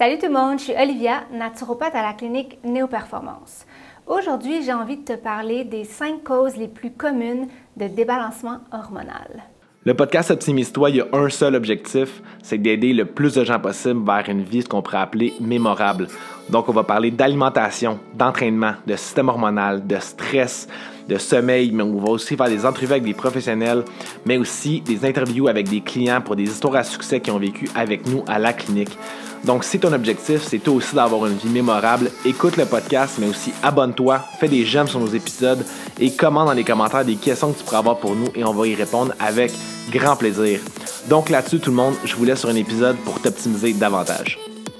Salut tout le monde, je suis Olivia, naturopathe à la clinique Néo-Performance. Aujourd'hui, j'ai envie de te parler des 5 causes les plus communes de débalancement hormonal. Le podcast Optimise-toi, il y a un seul objectif, c'est d'aider le plus de gens possible vers une vie, ce qu'on pourrait appeler mémorable. Donc, on va parler d'alimentation, d'entraînement, de système hormonal, de stress, de sommeil, mais on va aussi faire des entrevues avec des professionnels, mais aussi des interviews avec des clients pour des histoires à succès qui ont vécu avec nous à la clinique. Donc, si ton objectif, c'est toi aussi d'avoir une vie mémorable, écoute le podcast, mais aussi abonne-toi, fais des j'aime sur nos épisodes et commente dans les commentaires des questions que tu pourras avoir pour nous et on va y répondre avec grand plaisir. Donc là-dessus, tout le monde, je vous laisse sur un épisode pour t'optimiser davantage.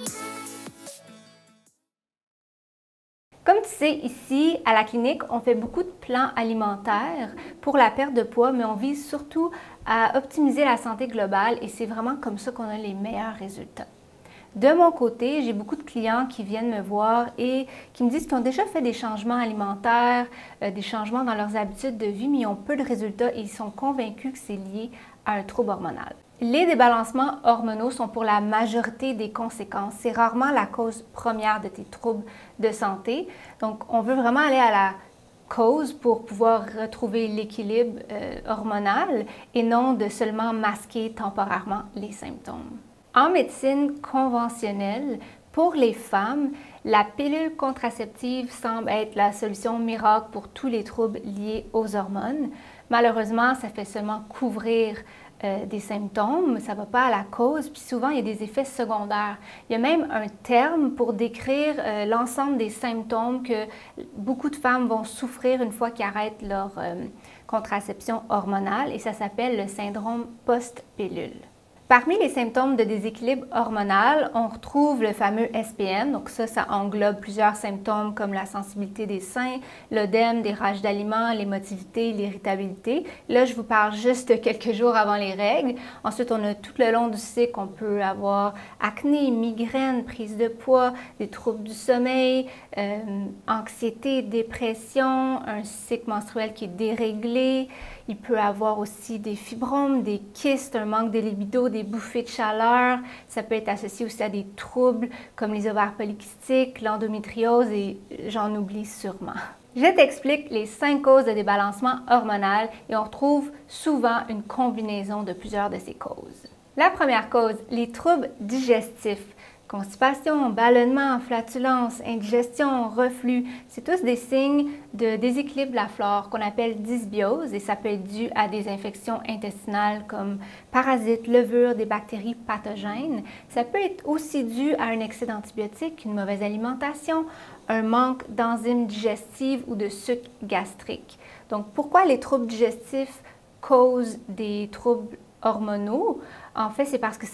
Comme tu sais, ici, à la clinique, on fait beaucoup de plans alimentaires pour la perte de poids, mais on vise surtout à optimiser la santé globale et c'est vraiment comme ça qu'on a les meilleurs résultats. De mon côté, j'ai beaucoup de clients qui viennent me voir et qui me disent qu'ils ont déjà fait des changements alimentaires, des changements dans leurs habitudes de vie, mais ils ont peu de résultats et ils sont convaincus que c'est lié à un trouble hormonal. Les débalancements hormonaux sont pour la majorité des conséquences. C'est rarement la cause première de tes troubles de santé. Donc, on veut vraiment aller à la cause pour pouvoir retrouver l'équilibre hormonal et non de seulement masquer temporairement les symptômes. En médecine conventionnelle, pour les femmes, la pilule contraceptive semble être la solution miracle pour tous les troubles liés aux hormones. Malheureusement, ça fait seulement couvrir des symptômes, ça ne va pas à la cause, puis souvent il y a des effets secondaires. Il y a même un terme pour décrire l'ensemble des symptômes que beaucoup de femmes vont souffrir une fois qu'ils arrêtent leur contraception hormonale et ça s'appelle le syndrome post-pilule. Parmi les symptômes de déséquilibre hormonal, on retrouve le fameux SPM, donc ça englobe plusieurs symptômes comme la sensibilité des seins, l'œdème, des rages d'aliments, l'émotivité, l'irritabilité. Là, je vous parle juste quelques jours avant les règles. Ensuite, on a tout le long du cycle, on peut avoir acné, migraine, prise de poids, des troubles du sommeil, anxiété, dépression, un cycle menstruel qui est déréglé. Il peut avoir aussi des fibromes, des kystes, un manque de libido, des bouffées de chaleur. Ça peut être associé aussi à des troubles comme les ovaires polykystiques, l'endométriose et j'en oublie sûrement. Je t'explique les 5 causes de débalancement hormonal et on retrouve souvent une combinaison de plusieurs de ces causes. La première cause, les troubles digestifs. Constipation, ballonnement, flatulence, indigestion, reflux, c'est tous des signes de déséquilibre de la flore qu'on appelle dysbiose et ça peut être dû à des infections intestinales comme parasites, levures, des bactéries pathogènes. Ça peut être aussi dû à un excès d'antibiotiques, une mauvaise alimentation, un manque d'enzymes digestives ou de sucre gastrique. Donc, pourquoi les troubles digestifs causent des troubles hormonaux? En fait, c'est parce que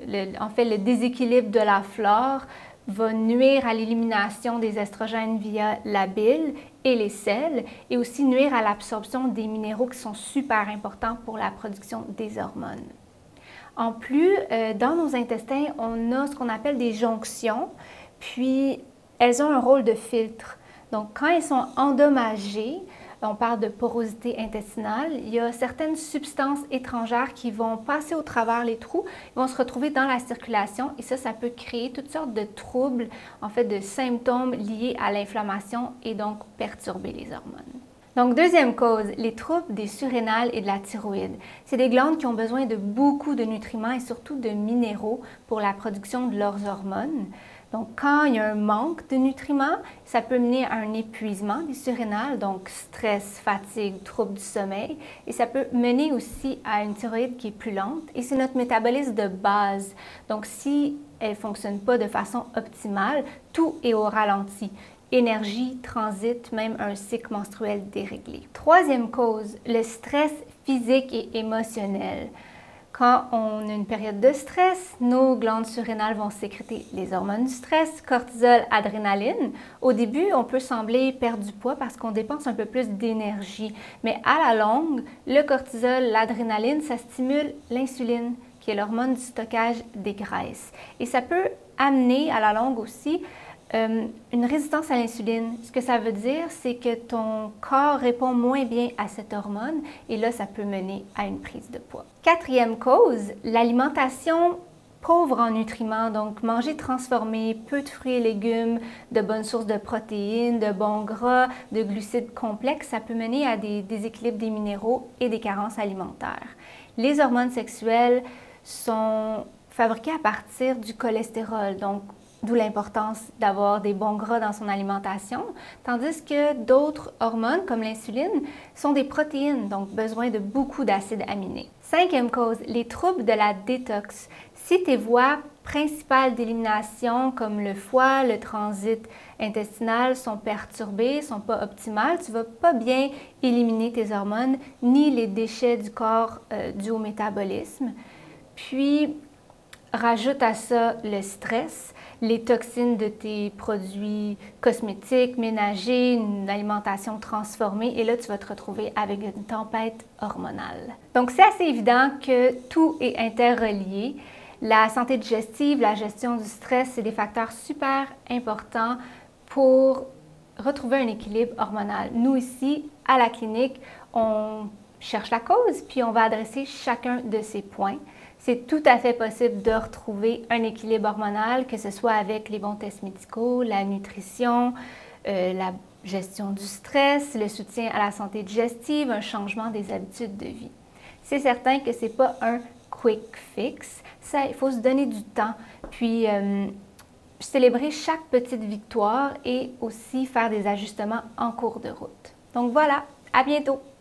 le déséquilibre de la flore va nuire à l'élimination des estrogènes via la bile et les selles et aussi nuire à l'absorption des minéraux qui sont super importants pour la production des hormones. En plus, dans nos intestins, on a ce qu'on appelle des jonctions, puis elles ont un rôle de filtre. Donc, quand elles sont endommagées, on parle de porosité intestinale, il y a certaines substances étrangères qui vont passer au travers les trous, ils vont se retrouver dans la circulation et ça peut créer toutes sortes de troubles, en fait de symptômes liés à l'inflammation et donc perturber les hormones. Donc, deuxième cause, les troubles des surrénales et de la thyroïde. C'est des glandes qui ont besoin de beaucoup de nutriments et surtout de minéraux pour la production de leurs hormones. Donc, quand il y a un manque de nutriments, ça peut mener à un épuisement des surrénales, donc stress, fatigue, troubles du sommeil. Et ça peut mener aussi à une thyroïde qui est plus lente. Et c'est notre métabolisme de base. Donc, si elle ne fonctionne pas de façon optimale, tout est au ralenti. Énergie, transit, même un cycle menstruel déréglé. Troisième cause, le stress physique et émotionnel. Quand on a une période de stress, nos glandes surrénales vont sécréter les hormones du stress, cortisol, adrénaline. Au début, on peut sembler perdre du poids parce qu'on dépense un peu plus d'énergie. Mais à la longue, le cortisol, l'adrénaline, ça stimule l'insuline, qui est l'hormone du stockage des graisses. Et ça peut amener à la longue aussi une résistance à l'insuline. Ce que ça veut dire, c'est que ton corps répond moins bien à cette hormone et là, ça peut mener à une prise de poids. Quatrième cause, l'alimentation pauvre en nutriments, donc manger transformé, peu de fruits et légumes, de bonnes sources de protéines, de bons gras, de glucides complexes, ça peut mener à des déséquilibres des minéraux et des carences alimentaires. Les hormones sexuelles sont fabriquées à partir du cholestérol, donc d'où l'importance d'avoir des bons gras dans son alimentation, tandis que d'autres hormones, comme l'insuline, sont des protéines, donc besoin de beaucoup d'acides aminés. Cinquième cause, les troubles de la détox. Si tes voies principales d'élimination, comme le foie, le transit intestinal, sont perturbées, sont pas optimales, tu vas pas bien éliminer tes hormones ni les déchets du corps dus au métabolisme. Puis, rajoute à ça le stress, les toxines de tes produits cosmétiques, ménagers, une alimentation transformée, et là, tu vas te retrouver avec une tempête hormonale. Donc, c'est assez évident que tout est interrelié. La santé digestive, la gestion du stress, c'est des facteurs super importants pour retrouver un équilibre hormonal. Nous, ici, à la clinique, on cherche la cause, puis on va adresser chacun de ces points. C'est tout à fait possible de retrouver un équilibre hormonal, que ce soit avec les bons tests médicaux, la nutrition, la gestion du stress, le soutien à la santé digestive, un changement des habitudes de vie. C'est certain que ce n'est pas un quick fix. Ça, il faut se donner du temps, puis célébrer chaque petite victoire et aussi faire des ajustements en cours de route. Donc voilà, à bientôt!